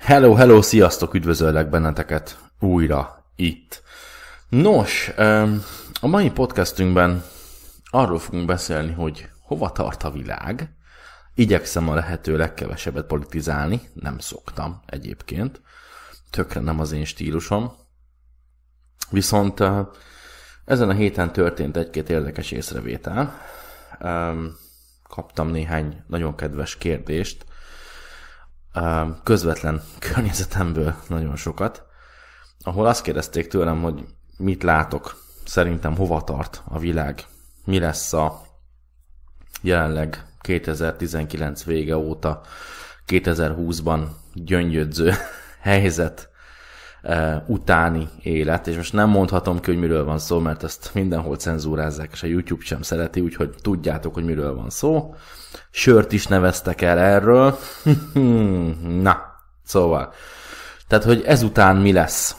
Hello, sziasztok, üdvözöllek benneteket újra itt. Nos, a mai podcastünkben arról fogunk beszélni, hogy hova tart a világ. Igyekszem a lehető legkevesebbet politizálni, nem szoktam egyébként. Tökre nem az én stílusom. Viszont ezen a héten történt egy-két érdekes észrevétel. Kaptam néhány nagyon kedves kérdést, közvetlen környezetemből nagyon sokat, ahol azt kérdezték tőlem, hogy mit látok, szerintem hova tart a világ, mi lesz a jelenleg 2019 vége óta 2020-ban gyöngyödző helyzet utáni élet, és most nem mondhatom ki, hogy miről van szó, mert ezt mindenhol cenzúrázzák, és a YouTube sem szereti, úgyhogy tudjátok, hogy miről van szó. Sört is neveztek el erről. Na, szóval. Tehát, hogy ezután mi lesz?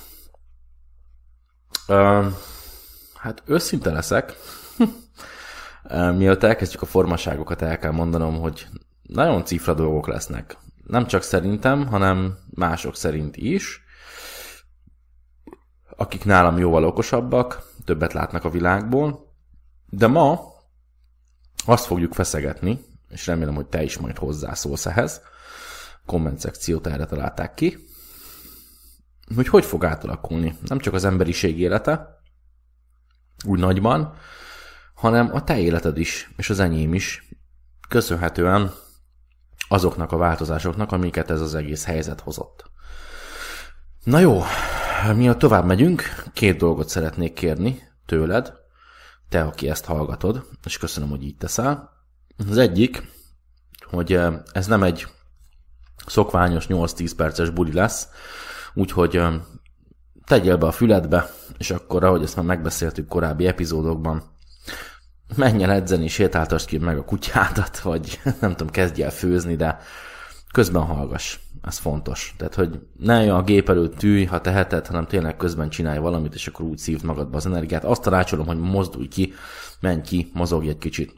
Hát őszinte leszek. Mielőtt elkezdjük a formaságokat, el kell mondanom, hogy nagyon cifra dolgok lesznek. Nem csak szerintem, hanem mások szerint is. Akik nálam jóval okosabbak, többet látnak a világból. De ma azt fogjuk feszegetni, és remélem, hogy te is majd hozzászólsz ehhez. Komment szekciót erre találták ki. Hogy fog átalakulni? Nem csak az emberiség élete, úgy nagyban, hanem a te életed is, és az enyém is, köszönhetően azoknak a változásoknak, amiket ez az egész helyzet hozott. Na jó, mielőtt tovább megyünk, 2 dolgot szeretnék kérni tőled, te, aki ezt hallgatod, és köszönöm, hogy így teszel. Az egyik, hogy ez nem egy szokványos 8-10 perces buli lesz, úgyhogy tegyél be a füledbe, és akkor, ahogy ezt már megbeszéltük korábbi epizódokban, menj el edzeni, sétáltasd ki meg a kutyádat, vagy nem tudom, kezdj el főzni, de közben hallgass. Ez fontos. Tehát, hogy ne a gép előtt ülj, ha teheted, hanem tényleg közben csinálj valamit, és akkor úgy szívd magadba az energiát. Azt tanácsolom, hogy mozdulj ki, menj ki, mozogj egy kicsit.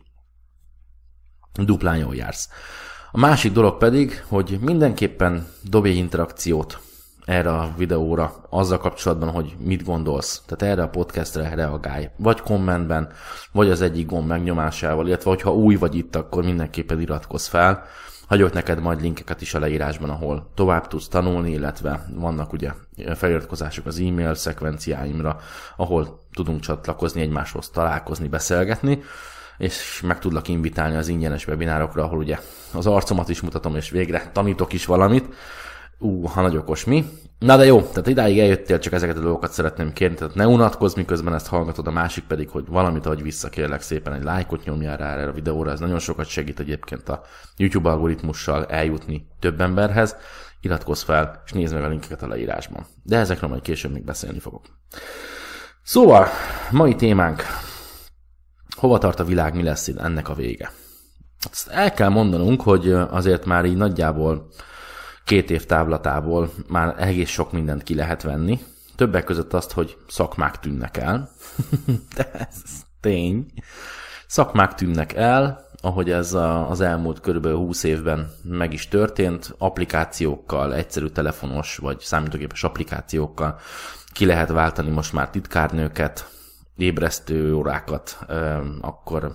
Duplán jól jársz. A másik dolog pedig, hogy mindenképpen dobj egy interakciót erre a videóra, azzal kapcsolatban, hogy mit gondolsz. Tehát erre a podcastre reagálj. Vagy kommentben, vagy az egyik gomb megnyomásával, illetve hogyha új vagy itt, akkor mindenképpen iratkozz fel. Hagyok neked majd linkeket is a leírásban, ahol tovább tudsz tanulni, illetve vannak ugye feliratkozások az e-mail szekvenciáimra, ahol tudunk csatlakozni, egymáshoz találkozni, beszélgetni, és meg tudlak invitálni az ingyenes webinárokra, ahol ugye az arcomat is mutatom, és végre tanítok is valamit. Ha nagy okos mi. Na de jó, tehát idáig eljöttél, csak ezeket a dolgokat szeretném kérni, tehát ne unatkozz, miközben ezt hallgatod, a másik pedig, hogy valamit adj vissza, kérlek szépen, egy lájkot nyomjál rá erre a videóra, ez nagyon sokat segít egyébként a YouTube algoritmussal eljutni több emberhez. Iratkozz fel, és nézd meg a linkeket a leírásban. De ezekről majd később még beszélni fogok. Szóval, mai témánk, hova tart a világ, mi lesz ennek a vége? Ezt el kell mondanunk, hogy azért már így nagyjából 2 év távlatából már egész sok mindent ki lehet venni. Többek között azt, hogy szakmák tűnnek el. De ez tény. Szakmák tűnnek el, ahogy ez az elmúlt körülbelül 20 évben meg is történt. Applikációkkal, egyszerű telefonos vagy számítógépes applikációkkal ki lehet váltani most már titkárnőket, ébresztő órákat, akkor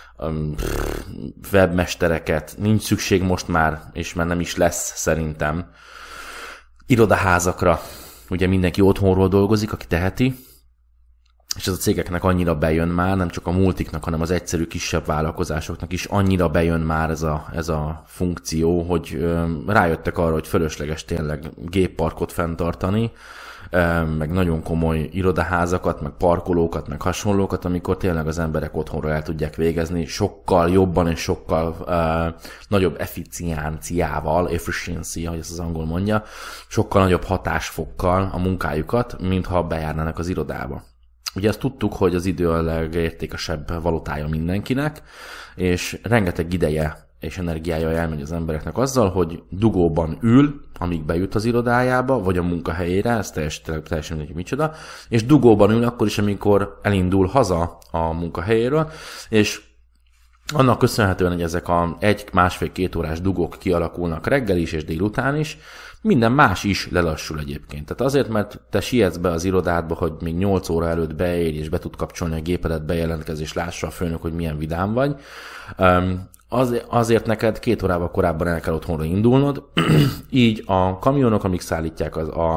webmestereket, nincs szükség most már, és már nem is lesz szerintem irodaházakra. Ugye mindenki otthonról dolgozik, aki teheti, és ez a cégeknek annyira bejön már, nem csak a multiknak, hanem az egyszerű kisebb vállalkozásoknak is annyira bejön már ez a funkció, hogy rájöttek arra, hogy fölösleges tényleg gépparkot fenntartani, meg nagyon komoly irodaházakat, meg parkolókat, meg hasonlókat, amikor tényleg az emberek otthonról el tudják végezni, sokkal jobban és sokkal nagyobb efficiency, ahogy ezt az angol mondja, sokkal nagyobb hatásfokkal a munkájukat, mintha bejárnának az irodába. Ugye azt tudtuk, hogy az idő a legértékesebb valutája mindenkinek, és rengeteg ideje és energiája elmegy az embereknek azzal, hogy dugóban ül, amíg bejut az irodájába, vagy a munkahelyére, ez teljesen mindegy, micsoda, és dugóban ül akkor is, amikor elindul haza a munkahelyéről, és Annak köszönhetően, hogy ezek a 1-1,5-2 órás dugók kialakulnak reggel is és délután is, minden más is lelassul egyébként. Tehát azért, mert te sietsz be az irodádba, hogy még 8 óra előtt beérj, és be tud kapcsolni a gépedet, bejelentkezz, és lássa a főnök, hogy milyen vidám vagy. Azért neked 2 órával korábban el kell otthonra indulnod. Így a kamionok, amik szállítják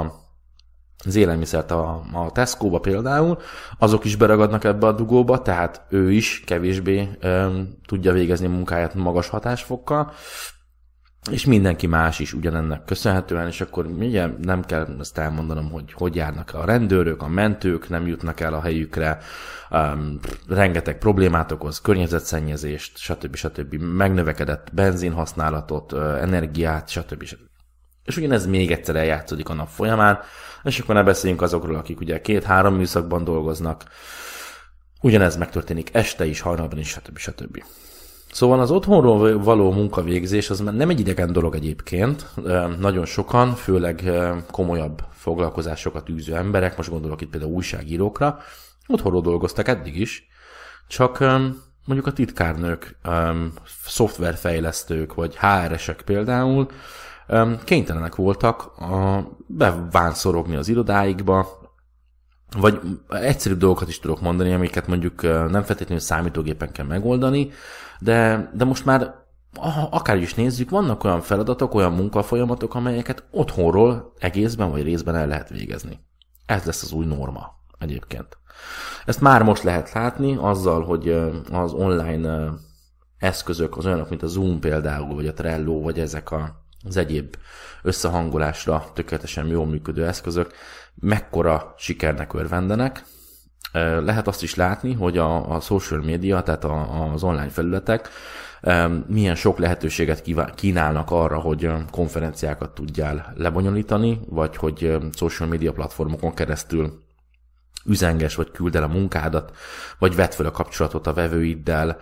az élelmiszert a Tesco-ba például, azok is beragadnak ebbe a dugóba, tehát ő is kevésbé tudja végezni a munkáját magas hatásfokkal, és mindenki más is ugyanennek köszönhetően, és akkor ugye nem kell ezt elmondanom, hogy járnak a rendőrök, a mentők nem jutnak el a helyükre, rengeteg problémát okoz, környezetszennyezést, stb. Megnövekedett benzinhasználatot, energiát, stb. És ugyanez még egyszer eljátszódik a nap folyamán, és akkor ne beszéljünk azokról, akik ugye 2-3 műszakban dolgoznak, ugyanez megtörténik este is, hajnalban is, stb. Szóval az otthonról való munkavégzés az nem egy idegen dolog egyébként. Nagyon sokan, főleg komolyabb foglalkozásokat űző emberek, most gondolok itt például újságírókra, otthonról dolgoztak eddig is, csak mondjuk a titkárnők, szoftverfejlesztők vagy HR-esek például kénytelenek voltak bevánszorogni az irodáikba, vagy egyszerűbb dolgokat is tudok mondani, amiket mondjuk nem feltétlenül számítógépen kell megoldani, de most már akár is nézzük, vannak olyan feladatok, olyan munkafolyamatok, amelyeket otthonról egészben vagy részben el lehet végezni. Ez lesz az új norma egyébként. Ezt már most lehet látni azzal, hogy az online eszközök, az olyanok, mint a Zoom például, vagy a Trello, vagy ezek az egyéb összehangolásra tökéletesen jól működő eszközök mekkora sikernek örvendenek. Lehet azt is látni, hogy a social media, tehát az online felületek milyen sok lehetőséget kínálnak arra, hogy konferenciákat tudjál lebonyolítani, vagy hogy social media platformokon keresztül üzenges, vagy küld el a munkádat, vagy vedd fel a kapcsolatot a vevőiddel,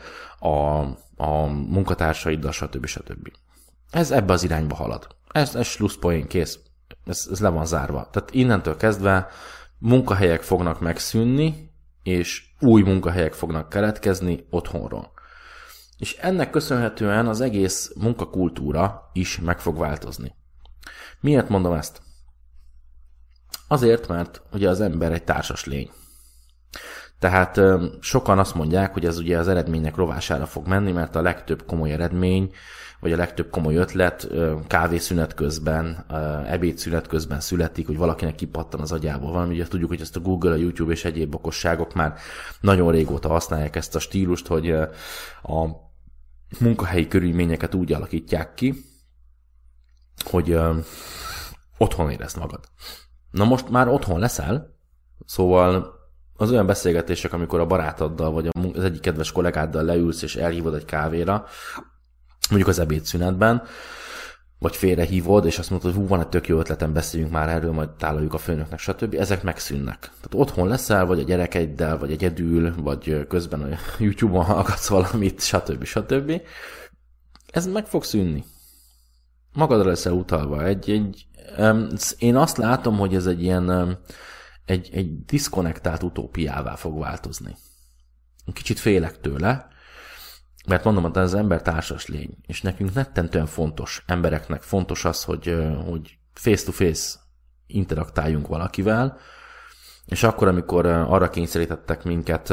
a munkatársaiddal, stb. Ez ebbe az irányba halad. Ez slusszpoén, kész. Ez le van zárva. Tehát innentől kezdve munkahelyek fognak megszűnni, és új munkahelyek fognak keletkezni otthonról. És ennek köszönhetően az egész munkakultúra is meg fog változni. Miért mondom ezt? Azért, mert ugye az ember egy társas lény. Tehát sokan azt mondják, hogy ez ugye az eredménynek rovására fog menni, mert a legtöbb komoly eredmény, vagy a legtöbb komoly ötlet kávészünet közben, ebédszünet közben születik, hogy valakinek kipattan az agyából valami. Ugye tudjuk, hogy ezt a Google, a YouTube és egyéb okosságok már nagyon régóta használják ezt a stílust, hogy a munkahelyi körülményeket úgy alakítják ki, hogy otthon érezd magad. Na most már otthon leszel, szóval az olyan beszélgetések, amikor a barátoddal, vagy az egyik kedves kollégáddal leülsz, és elhívod egy kávéra, mondjuk az ebédszünetben, vagy félrehívod, és azt mondod, hogy van egy tök jó ötletem, beszéljünk már erről, majd tálaljuk a főnöknek, stb. Ezek megszűnnek. Tehát otthon leszel, vagy a gyerekeiddel, vagy egyedül, vagy közben a YouTube-on hallgatsz valamit, stb. Ez meg fog szűnni. Magadra leszel utalva. Én azt látom, hogy ez egy ilyen egy diszkonnektált utópiává fog változni. Kicsit félek tőle, mert mondom, hogy az ember társas lény, és nekünk rettentően fontos, embereknek fontos az, hogy face-to-face interaktáljunk valakivel, és akkor, amikor arra kényszerítettek minket,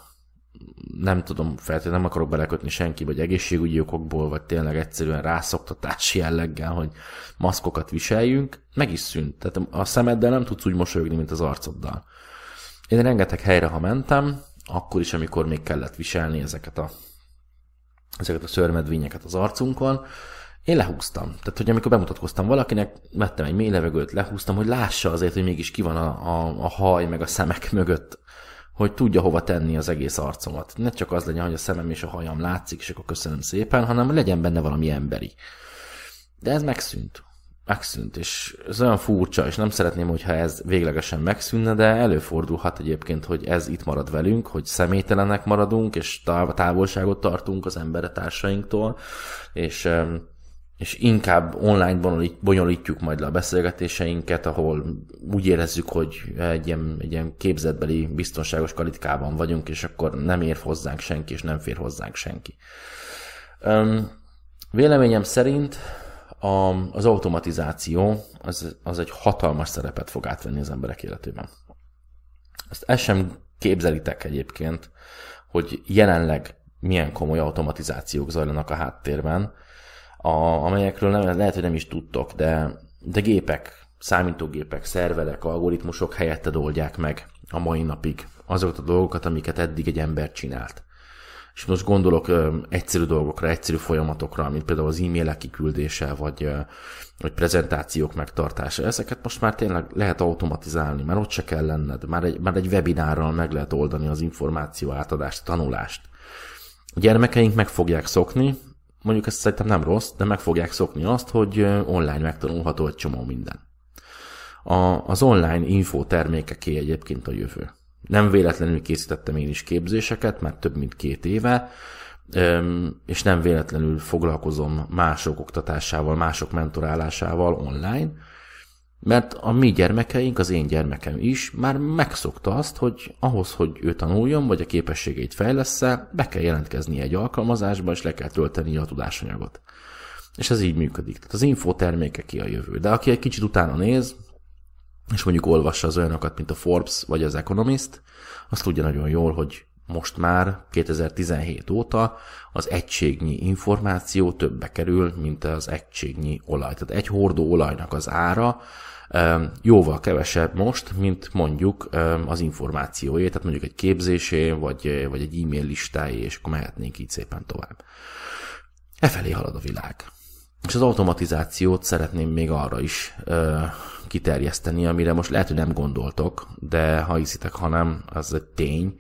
nem tudom, feltétlenül nem akarok belekötni senki, vagy egészségügyi okokból, vagy tényleg egyszerűen rászoktatási jelleggel, hogy maszkokat viseljünk, meg is szűnt. Tehát a szemeddel nem tudsz úgy mosolyogni, mint az arcoddal. Én rengeteg helyre, ha mentem, akkor is, amikor még kellett viselni ezeket a szőrmedvényeket az arcunkon, én lehúztam. Tehát, hogy amikor bemutatkoztam valakinek, vettem egy mély levegőt, lehúztam, hogy lássa azért, hogy mégis ki van a haj, meg a szemek mögött, hogy tudja hova tenni az egész arcomat. Ne csak az legyen, hogy a szemem és a hajam látszik, és akkor köszönöm szépen, hanem legyen benne valami emberi. De ez megszűnt. És ez olyan furcsa, és nem szeretném, hogyha ez véglegesen megszűnne, de előfordulhat egyébként, hogy ez itt marad velünk, hogy személytelenek maradunk, és távolságot tartunk az embertársainktól, és és inkább online bonyolítjuk majd le a beszélgetéseinket, ahol úgy érezzük, hogy egy ilyen képzetbeli biztonságos kalitkában vagyunk, és akkor nem ér hozzánk senki, és nem fér hozzánk senki. Véleményem szerint az automatizáció az egy hatalmas szerepet fog átvenni az emberek életében. Ezt sem képzelitek egyébként, hogy jelenleg milyen komoly automatizációk zajlanak a háttérben, amelyekről lehet, hogy nem is tudtok, de gépek, számítógépek, szerverek, algoritmusok helyetted oldják meg a mai napig azokat a dolgokat, amiket eddig egy ember csinált. És most gondolok egyszerű dolgokra, egyszerű folyamatokra, mint például az e-mailek kiküldése, vagy prezentációk megtartása. Ezeket most már tényleg lehet automatizálni, már ott se kell lenned, már egy webinárral meg lehet oldani az információ átadást, a tanulást. A gyermekeink meg fogják szokni, mondjuk ezt szerintem nem rossz, de meg fogják szokni azt, hogy online megtanulható egy csomó minden. Az online infótermékeké egyébként a jövő. Nem véletlenül készítettem én is képzéseket, már több mint 2 éve, és nem véletlenül foglalkozom mások oktatásával, mások mentorálásával online, mert a mi gyermekeink, az én gyermekem is már megszokta azt, hogy ahhoz, hogy ő tanuljon, vagy a képességeit fejlessze, be kell jelentkezni egy alkalmazásba, és le kell tölteni a tudásanyagot. És ez így működik. Tehát az infótermékeké a jövő. De aki egy kicsit utána néz, és mondjuk olvassa az olyanokat, mint a Forbes vagy az Economist, azt tudja nagyon jól, hogy most már 2017 óta az egységnyi információ többe kerül, mint az egységnyi olaj. Tehát egy hordó olajnak az ára jóval kevesebb most, mint mondjuk az információé, tehát mondjuk egy képzésé, vagy egy e-mail listáé, és akkor mehetnénk így szépen tovább. Efelé halad a világ. És az automatizációt szeretném még arra is kiterjeszteni, amire most lehet, hogy nem gondoltok, de ha hiszitek, ha nem, az egy tény.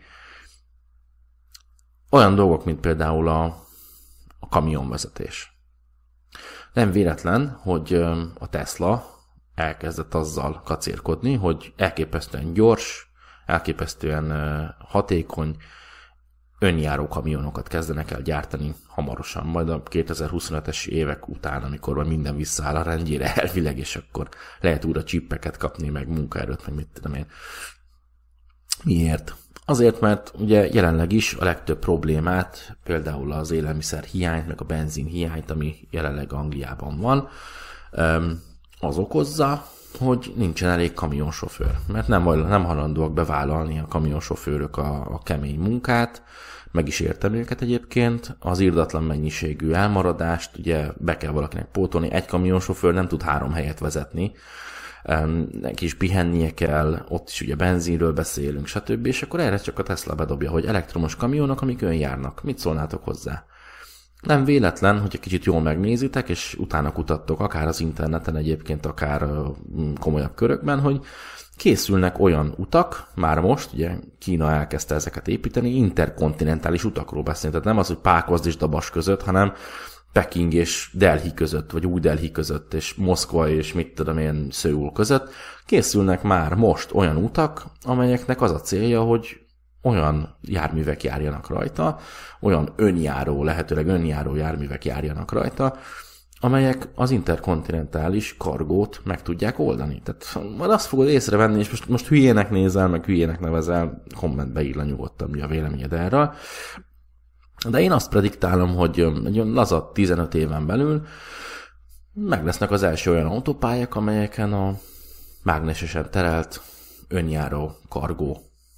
Olyan dolgok, mint például a kamionvezetés. Nem véletlen, hogy a Tesla elkezdett azzal kacérkodni, hogy elképesztően gyors, elképesztően hatékony, önjáró kamionokat kezdenek el gyártani hamarosan, majd a 2025-es évek után, amikor már minden visszaáll a rendjére elvileg, és akkor lehet újra csippeket kapni, meg munkaerőt, meg mit tudom én. Miért? Azért, mert ugye jelenleg is a legtöbb problémát, például az élelmiszer hiányt, meg a benzin hiányt, ami jelenleg Angliában van, az okozza, hogy nincsen elég kamionsofőr. Mert nem hajlandóak bevállalni a kamionsofőrök a kemény munkát, meg is értem őket egyébként, az irdatlan mennyiségű elmaradást, ugye be kell valakinek pótolni, egy kamionsofőr nem tud 3 helyet vezetni, neki is pihennie kell, ott is ugye benzinről beszélünk, stb. És akkor erre csak a Tesla bedobja, hogy elektromos kamionok, amik önjárnak. Mit szólnátok hozzá? Nem véletlen, hogy egy kicsit jól megnézitek, és utána kutattok, akár az interneten egyébként, akár komolyabb körökben, hogy készülnek olyan utak, már most, ugye Kína elkezdte ezeket építeni, interkontinentális utakról beszélni, tehát nem az, hogy Pákozd és Dabas között, hanem Peking és Delhi között, vagy új Delhi között, és Moszkva és mit tudom én, Szöul között. Készülnek már most olyan utak, amelyeknek az a célja, hogy olyan járművek járjanak rajta, olyan önjáró, lehetőleg önjáró járművek járjanak rajta, amelyek az interkontinentális kargót meg tudják oldani. Tehát majd azt fogod észrevenni, és most hülyének nézel, meg hülyének nevezel, kommentbe ír le nyugodtan, mi a véleményed erről. De én azt prediktálom, hogy egy laza 15 éven belül meg lesznek az első olyan autópályák, amelyeken a mágnesesen terelt önjáró kargó,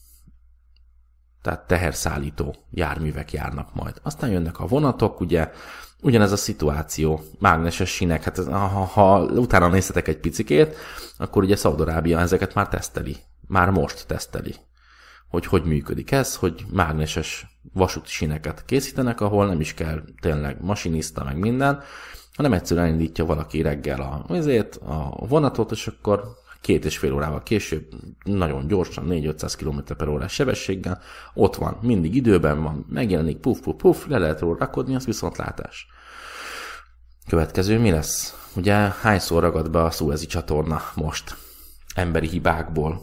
tehát teherszállító járművek járnak majd. Aztán jönnek a vonatok, ugye, ugyanez a szituáció, mágneses sínek, hát ha utána néztetek egy picikét, akkor ugye Szaúd-Arábia ezeket már teszteli, már most teszteli, hogy működik ez, hogy mágneses vasúti síneket készítenek, ahol nem is kell tényleg masinista, meg minden, hanem egyszerűen indítja valaki reggel a vonatot, és akkor 2,5 órával később, nagyon gyorsan, 4-500 km/h sebességgel, ott van, mindig időben van, megjelenik, puf, le lehet róla rakodni, az viszontlátás. Következő mi lesz? Ugye hányszor ragad be a Szuezi csatorna most? Emberi hibákból,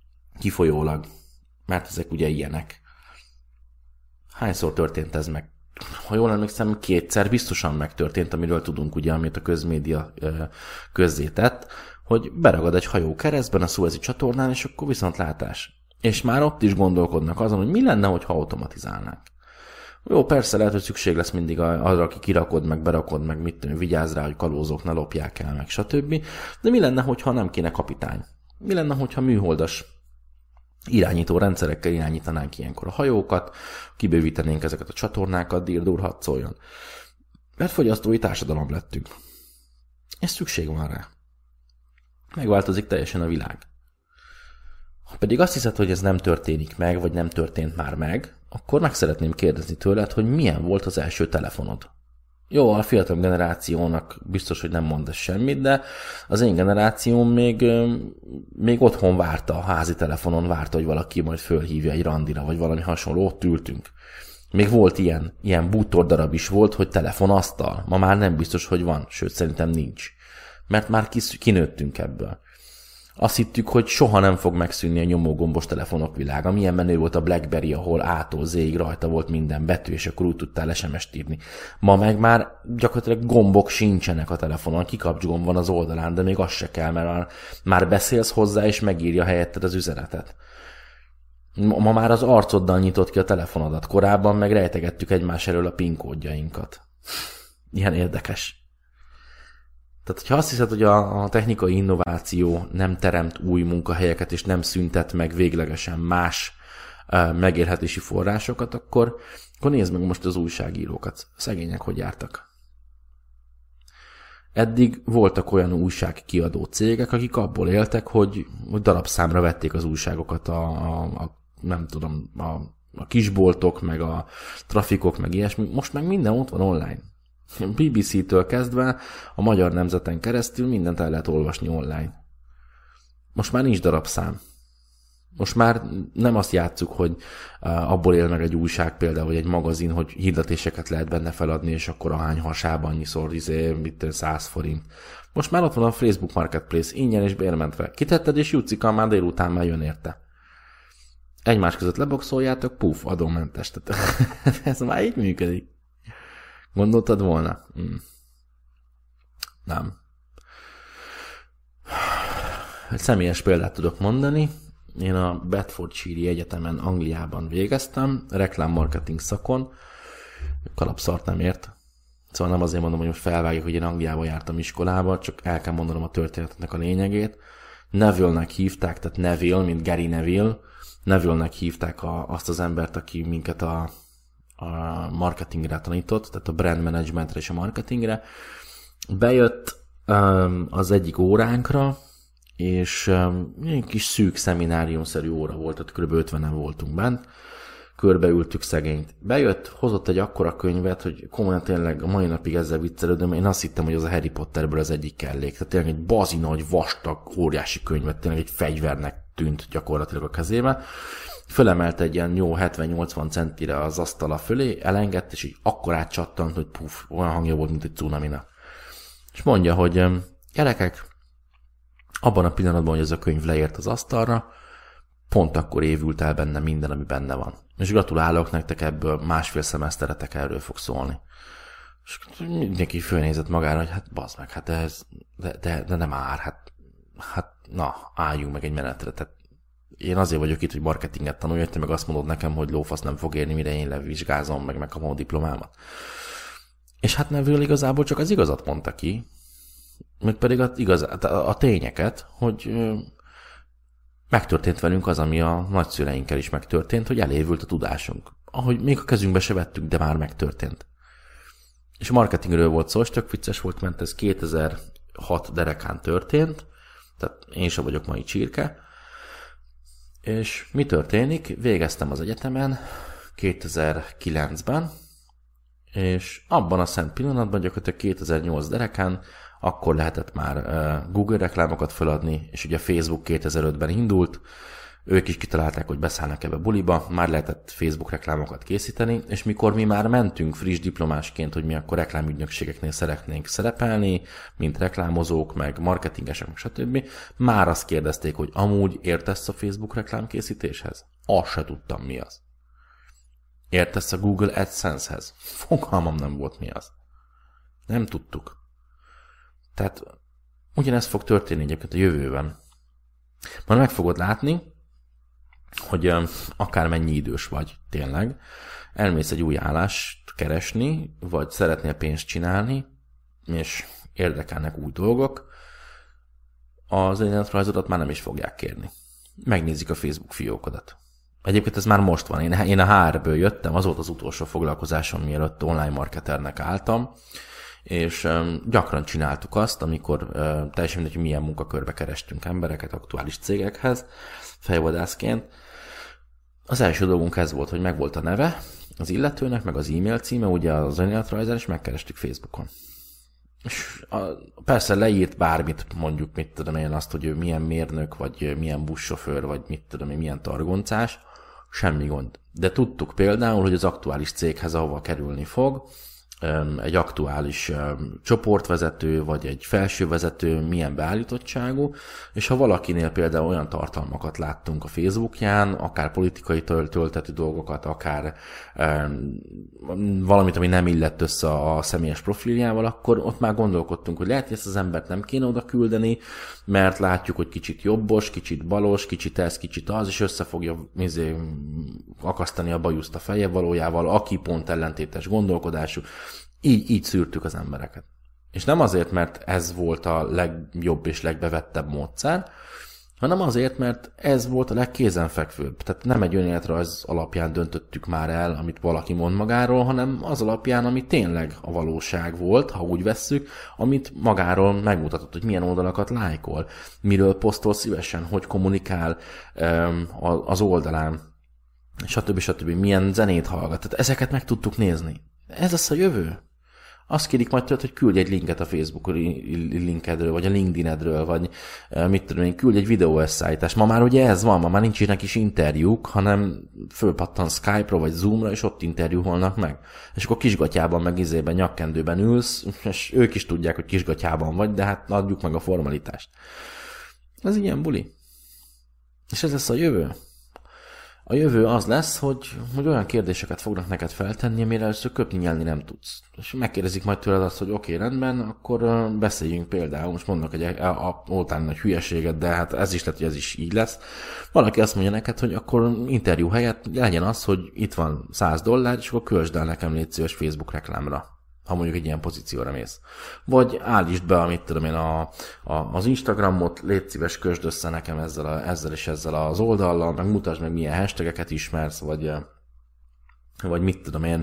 kifolyólag, mert ezek ugye ilyenek. Hányszor történt ez meg? ha jól emlékszem, 2-szer biztosan megtörtént, amiről tudunk ugye, amit a közmédia közzétett, hogy beragad egy hajó keresztben a Szuezi csatornán, és akkor viszontlátás. És már ott is gondolkodnak azon, hogy mi lenne, hogyha automatizálnánk. Jó, persze lehet, hogy szükség lesz mindig arra, aki kirakod, meg berakod, meg mit tudom, vigyázz rá, hogy kalózok ne lopják el, meg stb. De mi lenne, hogyha nem kéne kapitány? Mi lenne, hogyha műholdas irányító rendszerekkel irányítanánk ilyenkor a hajókat, kibővítenénk ezeket a csatornákat, dirdur hadd szóljon. Mert fogyasztói társadalom lettünk. És szükség van rá. Megváltozik teljesen a világ. Ha pedig azt hiszed, hogy ez nem történik meg, vagy nem történt már meg, akkor meg szeretném kérdezni tőled, hogy milyen volt az első telefonod. Jó, a fiatal generációnak biztos, hogy nem mond ez semmit, de az én generációm még otthon várta, a házi telefonon várta, hogy valaki majd fölhívja egy randira, vagy valami hasonló, ott ültünk. Még volt ilyen bútordarab is volt, hogy telefonasztal. Ma már nem biztos, hogy van, sőt szerintem nincs. Mert már kinőttünk ebből. Azt hittük, hogy soha nem fog megszűnni a nyomógombos telefonok világa. Milyen menő volt a BlackBerry, ahol A-tól Z-ig rajta volt minden betű, és akkor úgy tudtál SMS-t írni. Ma meg már gyakorlatilag gombok sincsenek a telefonon, kikapcsolom van az oldalán, de még az se kell, mert már beszélsz hozzá, és megírja helyetted az üzenetet. Ma már az arcoddal nyitott ki a telefonodat, korábban meg rejtegettük egymás elől a PIN kódjainkat. Ilyen érdekes. Tehát, hogyha azt hiszed, hogy a technikai innováció nem teremt új munkahelyeket, és nem szüntet meg véglegesen más megélhetési forrásokat, akkor nézd meg most az újságírókat. A szegények hogy jártak. Eddig voltak olyan újságkiadó cégek, akik abból éltek, hogy darabszámra vették az újságokat nem tudom, a kisboltok, meg a trafikok, meg ilyesmi. Most meg minden ott van online. BBC-től kezdve a Magyar Nemzeten keresztül mindent el lehet olvasni online. Most már nincs darabszám. Most már nem azt játsszuk, hogy abból él meg egy újság például, vagy egy magazin, hogy hirdetéseket lehet benne feladni, és akkor ahány hasában annyiszor 100 forint. Most már ott van a Facebook Marketplace, ingyen és bérmentve. Kitetted, és Jucika már délután már jön érte. Egymás között leboxoljátok, puf, adómentes. Ez már így működik. Gondoltad volna? Nem. Egy személyes példát tudok mondani. Én a Bedfordshire Egyetemen Angliában végeztem, reklámmarketing szakon. Kalapszart nem ért. Szóval nem azért mondom, hogy most felvágjuk, hogy én Angliában jártam iskolába, csak el kell mondanom a történetnek a lényegét. Neville-nek hívták, tehát Neville, mint Gary Neville. Neville-nek hívták azt az embert, aki minket a marketingre tanított, tehát a brand managementre és a marketingre. Bejött az egyik óránkra, és egy kis szűk szemináriumszerű óra volt, tehát kb. 50-en voltunk bent, körbeültük szegényt. Bejött, hozott egy akkora könyvet, hogy komolyan tényleg a mai napig ezzel viccelődöm, én azt hittem, hogy az a Harry Potterből az egyik kellék. Tehát tényleg egy bazi nagy, vastag, óriási könyvet, tényleg egy fegyvernek tűnt gyakorlatilag a kezébe. Fölemelt egy ilyen jó 70-80 centire az asztala fölé, elengedte, és így akkorát csattant, hogy puf, olyan hangja volt, mint egy cunaminak. És mondja, hogy gyerekek, abban a pillanatban, hogy ez a könyv leért az asztalra, pont akkor évült el benne minden, ami benne van. És gratulálok nektek, ebből 1,5 szemeszteretek erről fog szólni. És mindenki fölnézett magára, hogy hát bazd meg, hát ez, de nem ár, hát na, álljunk meg egy menetre. Tehát én azért vagyok itt, hogy marketinget tanuljak, te meg azt mondod nekem, hogy lófasz nem fog érni, mire én levizsgázom, meg megkapom a diplomámat. És hát Neville igazából csak az igazat mondta ki, meg pedig a tényeket, hogy megtörtént velünk az, ami a nagyszüleinkkel is megtörtént, hogy elévült a tudásunk. Ahogy még a kezünkbe se vettük, de már megtörtént. És a marketingről volt szó, és tök vicces volt, mert ez 2006 derekán történt, tehát én sem vagyok mai csirke. És mi történik? Végeztem az egyetemen 2009-ben, és abban a szent pillanatban, gyakorlatilag 2008 derekán, akkor lehetett már Google reklámokat feladni, és ugye a Facebook 2005-ben indult, ők is kitalálták, hogy beszállnak ebbe buliba, már lehetett Facebook reklámokat készíteni, és mikor mi már mentünk friss diplomásként, hogy mi akkor reklámügynökségeknél szeretnénk szerepelni, mint reklámozók, meg marketingesek, meg stb., már azt kérdezték, hogy amúgy értesz a Facebook reklámkészítéshez? Azt se tudtam, mi az. Értesz a Google AdSense-hez? Fogalmam nem volt mi az. Nem tudtuk. Tehát ugyanezt fog történni egyébként a jövőben. Majd meg fogod látni, hogy akármennyi idős vagy tényleg, elmész egy új állást keresni, vagy szeretnél pénzt csinálni, és érdekelnek új dolgok, az önéletrajzodat már nem is fogják kérni. Megnézik a Facebook fiókodat. Egyébként ez már most van. Én a HR-ből jöttem, az volt az utolsó foglalkozásom, mielőtt online marketernek álltam, és gyakran csináltuk azt, amikor teljesen mindegy, hogy milyen munkakörbe kerestünk embereket aktuális cégekhez, fejvadászként. Az első dolgunk ez volt, hogy megvolt a neve az illetőnek, meg az e-mail címe, ugye az önéletrajzán, és megkerestük Facebookon. És persze leírt bármit, mondjuk, mit tudom én, azt, hogy ő milyen mérnök, vagy milyen buszsofőr, vagy mit tudom én, milyen targoncás, semmi gond. De tudtuk például, hogy az aktuális céghez, ahova kerülni fog, egy aktuális csoportvezető, vagy egy felsővezető milyen beállítottságú, és ha valakinél például olyan tartalmakat láttunk a Facebookján, akár politikai töltető dolgokat, akár valamit, ami nem illett össze a személyes profiljával, akkor ott már gondolkodtunk, hogy lehet, hogy ezt az embert nem kéne oda küldeni, mert látjuk, hogy kicsit jobbos, kicsit balos, kicsit ez, kicsit az, és össze fogja akasztani a bajuszt a feje valójával, aki pont ellentétes gondolkodású. Így szűrtük az embereket. És nem azért, mert ez volt a legjobb és legbevettebb módszer, hanem azért, mert ez volt a legkézenfekvőbb. Tehát nem egy önéletrajz alapján döntöttük már el, amit valaki mond magáról, hanem az alapján, ami tényleg a valóság volt, ha úgy vesszük, amit magáról megmutatott, hogy milyen oldalakat lájkol, miről posztol szívesen, hogy kommunikál az oldalán, stb. Milyen zenét hallgat. Tehát ezeket meg tudtuk nézni. Ez lesz a jövő. Azt kérik majd tőled, hogy küldj egy linket a Facebook linkedről, vagy a LinkedInedről, vagy mit tudom én, küldj egy videóösszeállítást. Ma már ugye ez van, ma már nincsenek is interjúk, hanem fölpattan Skype-ra, vagy Zoom-ra, és ott interjúholnak meg. És akkor kisgatyában, meg izében, nyakkendőben ülsz, és ők is tudják, hogy kisgatyában vagy, de hát adjuk meg a formalitást. Ez ilyen buli. És ez lesz a jövő. A jövő az lesz, hogy olyan kérdéseket fognak neked feltenni, amire először köpni, nyelni nem tudsz. És megkérdezik majd tőled azt, hogy oké, rendben, akkor beszéljünk például, most mondok egy oltán nagy hülyeséget, de hát ez is lehet, hogy ez is így lesz. Valaki azt mondja neked, hogy akkor interjú helyett legyen az, hogy itt van $100, és akkor költsd el nekem légy szíves Facebook reklámra, ha mondjuk egy ilyen pozícióra mész. Vagy állítsd be, amit tudom én, az Instagramot, légy szíves, kösd össze nekem ezzel és ezzel az oldallal, meg mutasd meg, milyen hashtageket ismersz, vagy mit tudom én,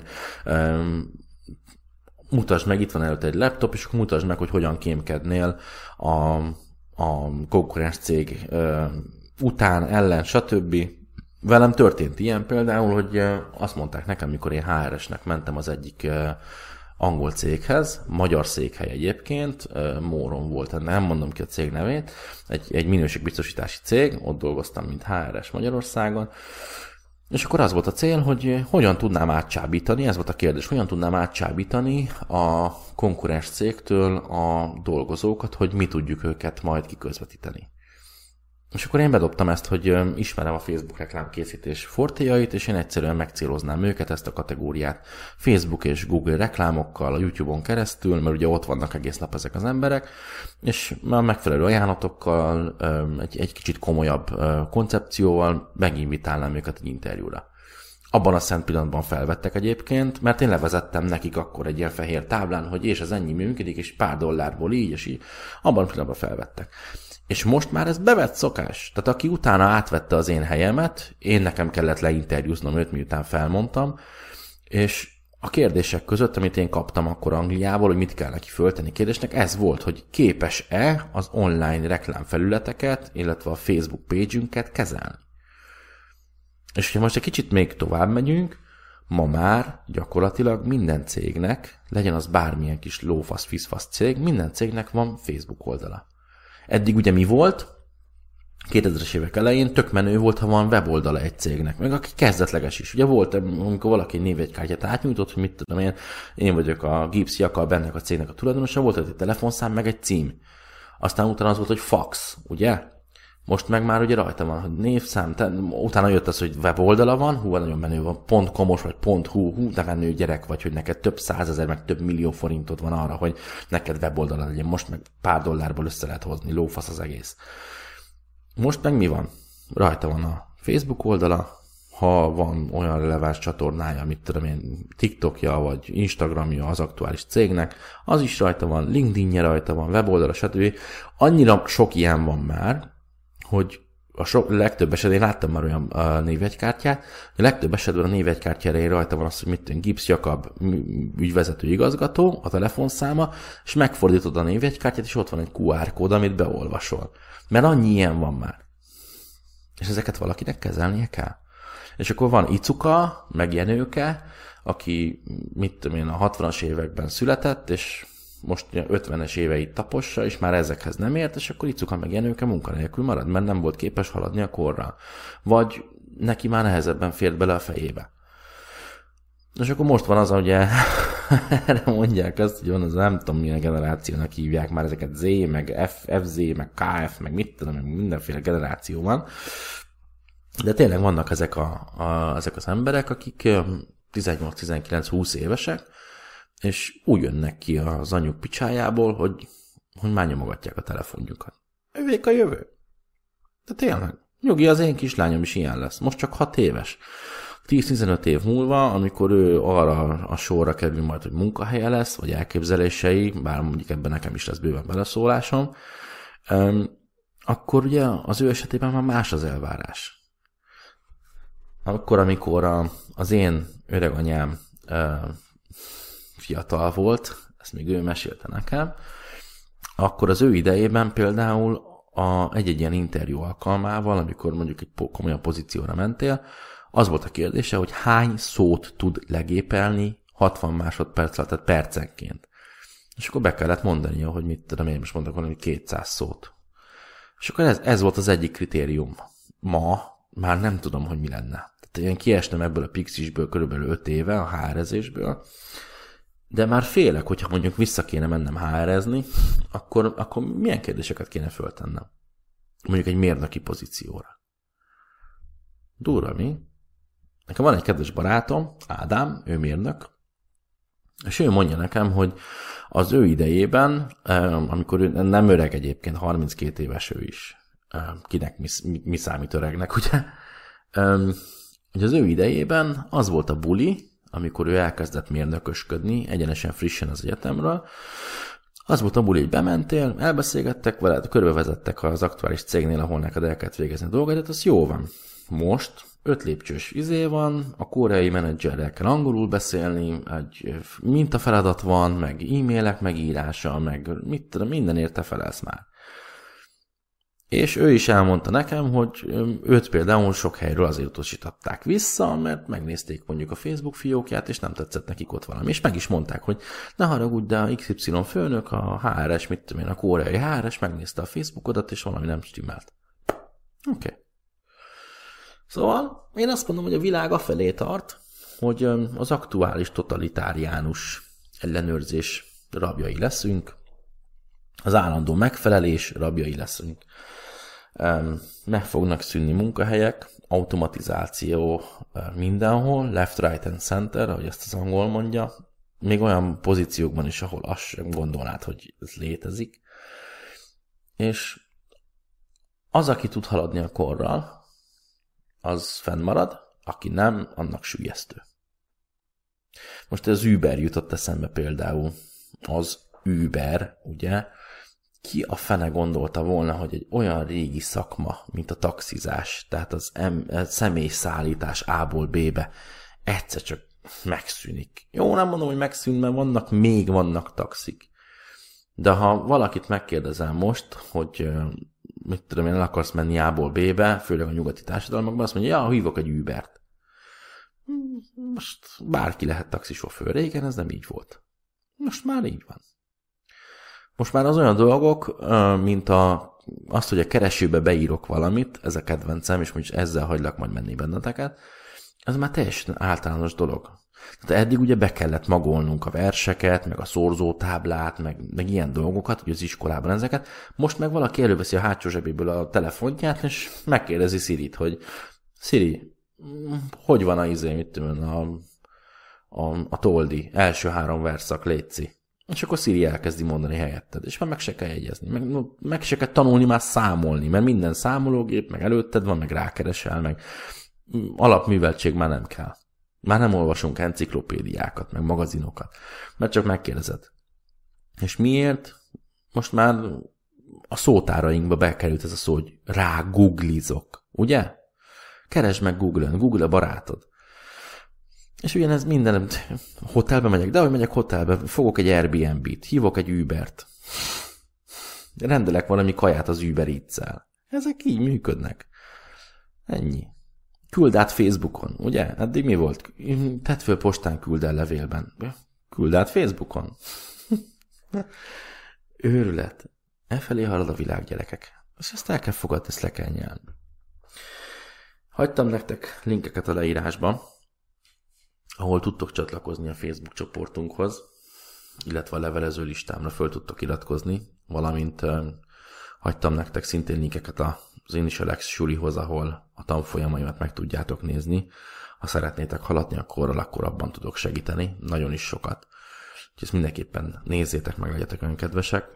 mutasd meg, itt van előtt egy laptop, és akkor mutasd meg, hogy hogyan kémkednél a konkurens cég után, ellen, stb. Velem történt ilyen például, hogy azt mondták nekem, mikor én HR-esnek mentem az egyik angol céghez, magyar székhely egyébként, Móron volt, nem mondom ki a cég nevét, egy minőségbiztosítási cég, ott dolgoztam, mint HR-es Magyarországon, és akkor az volt a cél, hogy hogyan tudnám átcsábítani, ez volt a kérdés, hogyan tudnám átcsábítani a konkurens cégtől a dolgozókat, hogy mi tudjuk őket majd kiközvetíteni. És akkor én bedobtam ezt, hogy ismerem a Facebook reklámkészítés fortéjait, és én egyszerűen megcéloznám őket, ezt a kategóriát Facebook és Google reklámokkal, a YouTube-on keresztül, mert ugye ott vannak egész nap ezek az emberek, és a megfelelő ajánlatokkal, egy kicsit komolyabb koncepcióval meginvitálnám őket egy interjúra. Abban a szent pillanatban felvettek egyébként, mert én levezettem nekik akkor egy ilyen fehér táblán, hogy és ez ennyi működik, és pár dollárból így, és így. Abban a pillanatban felvettek. És most már ez bevett szokás. Tehát aki utána átvette az én helyemet, én nekem kellett leinterjúznom őt, miután felmondtam, és a kérdések között, amit én kaptam akkor Angliából, hogy mit kell neki föltenni kérdésnek, ez volt, hogy képes-e az online reklámfelületeket, illetve a Facebook page-ünket kezelni. És hogyha most egy kicsit még tovább megyünk, ma már gyakorlatilag minden cégnek, legyen az bármilyen kis lófasz, fiszfasz cég, minden cégnek van Facebook oldala. Eddig ugye mi volt? 2000-es évek elején tök menő volt, ha van weboldala egy cégnek, meg aki kezdetleges is. Ugye volt, amikor valaki egy névjegykártyát átnyújtott, hogy mit tudom én vagyok a Gibbs Jakab, ennek a cégnek a tulajdonosa, volt egy telefonszám, meg egy cím. Aztán utána az volt, hogy fax, ugye? Most meg már ugye rajta van, hogy névszám, utána jött az, hogy weboldala van, nagyon menő van, .com-os vagy .hu, de menő gyerek vagy, hogy neked több százezer, meg több millió forintod van arra, hogy neked weboldala legyen. Most meg pár dollárból össze lehet hozni, lófasz az egész. Most meg mi van? Rajta van a Facebook oldala, ha van olyan releváns csatornája, mit tudom én, TikTokja vagy Instagramja az aktuális cégnek, az is rajta van, LinkedInje rajta van, weboldala, stb. Annyira sok ilyen van már, hogy legtöbb esetben, én láttam már olyan névjegykártyát, a legtöbb esetben a névjegykártyára rajta van az, hogy mit tudom, Gibbs Jakab ügyvezető igazgató, a telefonszáma, és megfordítod a névjegykártyát, és ott van egy QR kód, amit beolvasol. Mert annyi ilyen van már. És ezeket valakinek kezelnie kell. És akkor van Icuka, meg Jenőke, aki, mit tudom én, a 60-as években született, és most 50-es éveit tapossa, és már ezekhez nem ért, és akkor Icuka meg Jenőke munkanélkül marad, mert nem volt képes haladni a korral. Vagy neki már nehezebben fért bele a fejébe. És akkor most van az, ugye, erre mondják azt, hogy van az, nem tudom milyen generációnak hívják már ezeket Z, meg FZ, meg KF, meg mit tudom, meg mindenféle generáció van. De tényleg vannak ezek az emberek, akik 18-19-20 évesek, és úgy jönnek ki az anyjuk picsájából, hogy már nyomogatják a telefonjukat. Ővék a jövő. De tényleg, nyugi, az én kislányom is ilyen lesz. Most csak 6 éves. 10-15 év múlva, amikor ő arra a sorra kerül majd, hogy munkahelye lesz, vagy elképzelései, bár mondjuk ebben nekem is lesz bőven beleszólásom, akkor ugye az ő esetében már más az elvárás. Akkor, amikor az én öreganyám fiatal volt, ezt még ő mesélte nekem, akkor az ő idejében például egy-egy ilyen interjú alkalmával, amikor mondjuk egy komolyan pozícióra mentél, az volt a kérdése, hogy hány szót tud legépelni 60 másodperc alatt, tehát percenként. És akkor be kellett mondania, hogy mit tudom, én most mondok valami 200 szót. És akkor ez volt az egyik kritérium. Ma már nem tudom, hogy mi lenne. Tehát én kiestem ebből a Pixisből körülbelül 5 éve, a HR-ezésből, de már félek, hogyha mondjuk vissza kéne mennem HR-ezni, akkor milyen kérdéseket kéne föltennem? Mondjuk egy mérnöki pozícióra. Durva, mi? Nekem van egy kedves barátom, Ádám, ő mérnök, és ő mondja nekem, hogy az ő idejében, amikor ő nem öreg egyébként, 32 éves ő is, kinek mi számít öregnek, ugye? Hogy az ő idejében az volt a buli, amikor ő elkezdett mérnökösködni, egyenesen frissen az egyetemről, az volt a buli, hogy bementél, elbeszélgettek veled, körbevezettek az aktuális cégnél, ahol neked el kellett végezni a dolgodat, az jó van. Most 5 lépcsős van, a koreai menedzserrel kell angolul beszélni, egy mintafeladat van, meg e-mailek megírása, meg mit tudom, minden érte felelsz már. És ő is elmondta nekem, hogy őt például sok helyről azért utasították vissza, mert megnézték mondjuk a Facebook fiókját, és nem tetszett nekik ott valami. És meg is mondták, hogy ne haragudj, de a XY főnök, a HRS, mit tudom én, a koreai HRS megnézte a Facebookodat, és valami nem stimmelt. Oké. Szóval én azt mondom, hogy a világ afelé tart, hogy az aktuális totalitáriánus ellenőrzés rabjai leszünk, az állandó megfelelés rabjai leszünk. Meg fognak szűnni munkahelyek, automatizáció mindenhol, left, right and center, ahogy ezt az angol mondja, még olyan pozíciókban is, ahol azt sem gondolnád, hogy ez létezik. És az, aki tud haladni a korral, az fennmarad, aki nem, annak sülyeztő. Most az Uber jutott eszembe például. Az Uber, ugye, ki a fene gondolta volna, hogy egy olyan régi szakma, mint a taxizás, tehát az személyszállítás A-ból B-be egyszer csak megszűnik. Jó, nem mondom, hogy megszűnt, mert vannak taxik. De ha valakit megkérdezel most, hogy mit tudom én, el akarsz menni A-ból B-be, főleg a nyugati társadalmakban, azt mondja, ja, hívok egy Ubert. Most bárki lehet taxisofőr. Régen ez nem így volt. Most már így van. Most már az olyan dolgok, mint azt, hogy a keresőbe beírok valamit, ez a kedvencem, és mondjuk ezzel hagylak majd menni benneteket, ez már teljesen általános dolog. Tehát eddig ugye be kellett magolnunk a verseket, meg a szorzótáblát, meg ilyen dolgokat, ugye az iskolában ezeket. Most meg valaki előveszi a hátsó zsebéből a telefonját, és megkérdezi Sirit, hogy Siri, hogy van a toldi, első 3 verszak, létszi. És akkor Siri elkezdi mondani helyetted, és már meg se kell jegyezni, meg se kell tanulni már számolni, mert minden számológép, meg előtted van, meg rákeresel, meg alapműveltség már nem kell. Már nem olvasunk enciklopédiákat, meg magazinokat, mert csak megkérdezed. És miért? Most már a szótárainkba bekerült ez a szó, hogy rágooglizok, ugye? Keresd meg Google-ön, Google a barátod. És ugyanez minden, hotelbe megyek, de ahogy megyek hotelbe, fogok egy Airbnb-t, hívok egy Ubert, rendelek valami kaját az Uber Eats-el. Ezek így működnek. Ennyi. Küld át Facebookon, ugye? Eddig mi volt? Tedd föl postán, küld el levélben. Küld át Facebookon. Őrület. Efelé halad a világ, gyerekek. És ezt el kell fogadni, ezt le kell nyelni. Hagytam nektek linkeket a leírásban, ahol tudtok csatlakozni a Facebook csoportunkhoz, illetve a levelező listámra föl tudtok iratkozni, valamint hagytam nektek szintén linkeket az Initialex sulihoz, ahol a tanfolyamaimat meg tudjátok nézni. Ha szeretnétek haladni a korral, akkor abban tudok segíteni, nagyon is sokat. Úgyhogy ezt mindenképpen nézzétek meg, legyetek olyan kedvesek.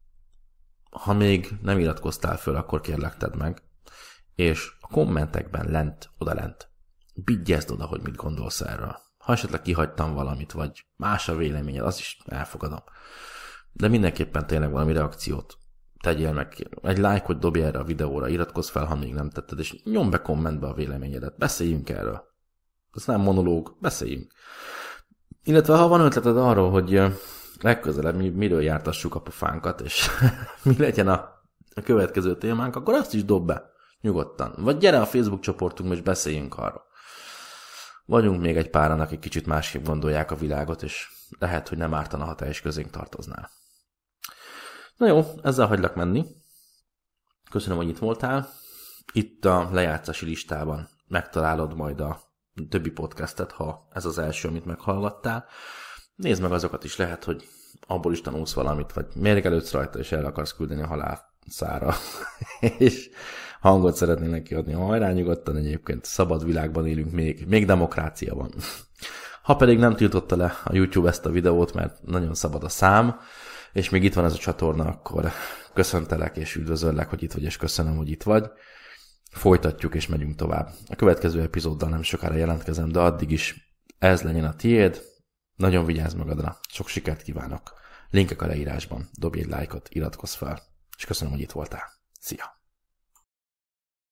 Ha még nem iratkoztál föl, akkor kérlek tedd meg, és a kommentekben odalent, bigyezd oda, hogy mit gondolsz erről. Ha esetleg kihagytam valamit, vagy más a véleményed, az is elfogadom. De mindenképpen tényleg valami reakciót tegyél meg. Egy lájkot dobj erre a videóra, iratkozz fel, ha még nem tetted, és nyomd be kommentbe a véleményedet. Beszéljünk erről. Ez nem monológ, beszéljünk. Illetve ha van ötleted arról, hogy legközelebb miről jártassuk a pofánkat, és mi legyen a következő témánk, akkor azt is dob be. Nyugodtan. Vagy gyere a Facebook csoportunkba, és beszéljünk arról. Vagyunk még egy páran, akik kicsit másképp gondolják a világot, és lehet, hogy nem ártana, ha te is közénk tartoznál. Na jó, ezzel hagylak menni. Köszönöm, hogy itt voltál. Itt a lejátszási listában megtalálod majd a többi podcastet, ha ez az első, amit meghallgattál. Nézd meg azokat is, lehet, hogy abból is tanulsz valamit, vagy mérgelődsz rajta, és el akarsz küldeni a halálszára. És hangot szeretnél neki adni. Hajrá, nyugodtan, egyébként szabad világban élünk, még demokrácia van. Ha pedig nem tiltotta le a YouTube ezt a videót, mert nagyon szabad a szám, és még itt van ez a csatorna, akkor köszöntelek és üdvözöllek, hogy itt vagy, és köszönöm, hogy itt vagy. Folytatjuk és megyünk tovább. A következő epizóddal nem sokára jelentkezem, de addig is ez legyen a tiéd. Nagyon vigyázz magadra, sok sikert kívánok. Linkek a leírásban, dobj egy lájkot, iratkozz fel, és köszönöm, hogy itt voltál. Szia!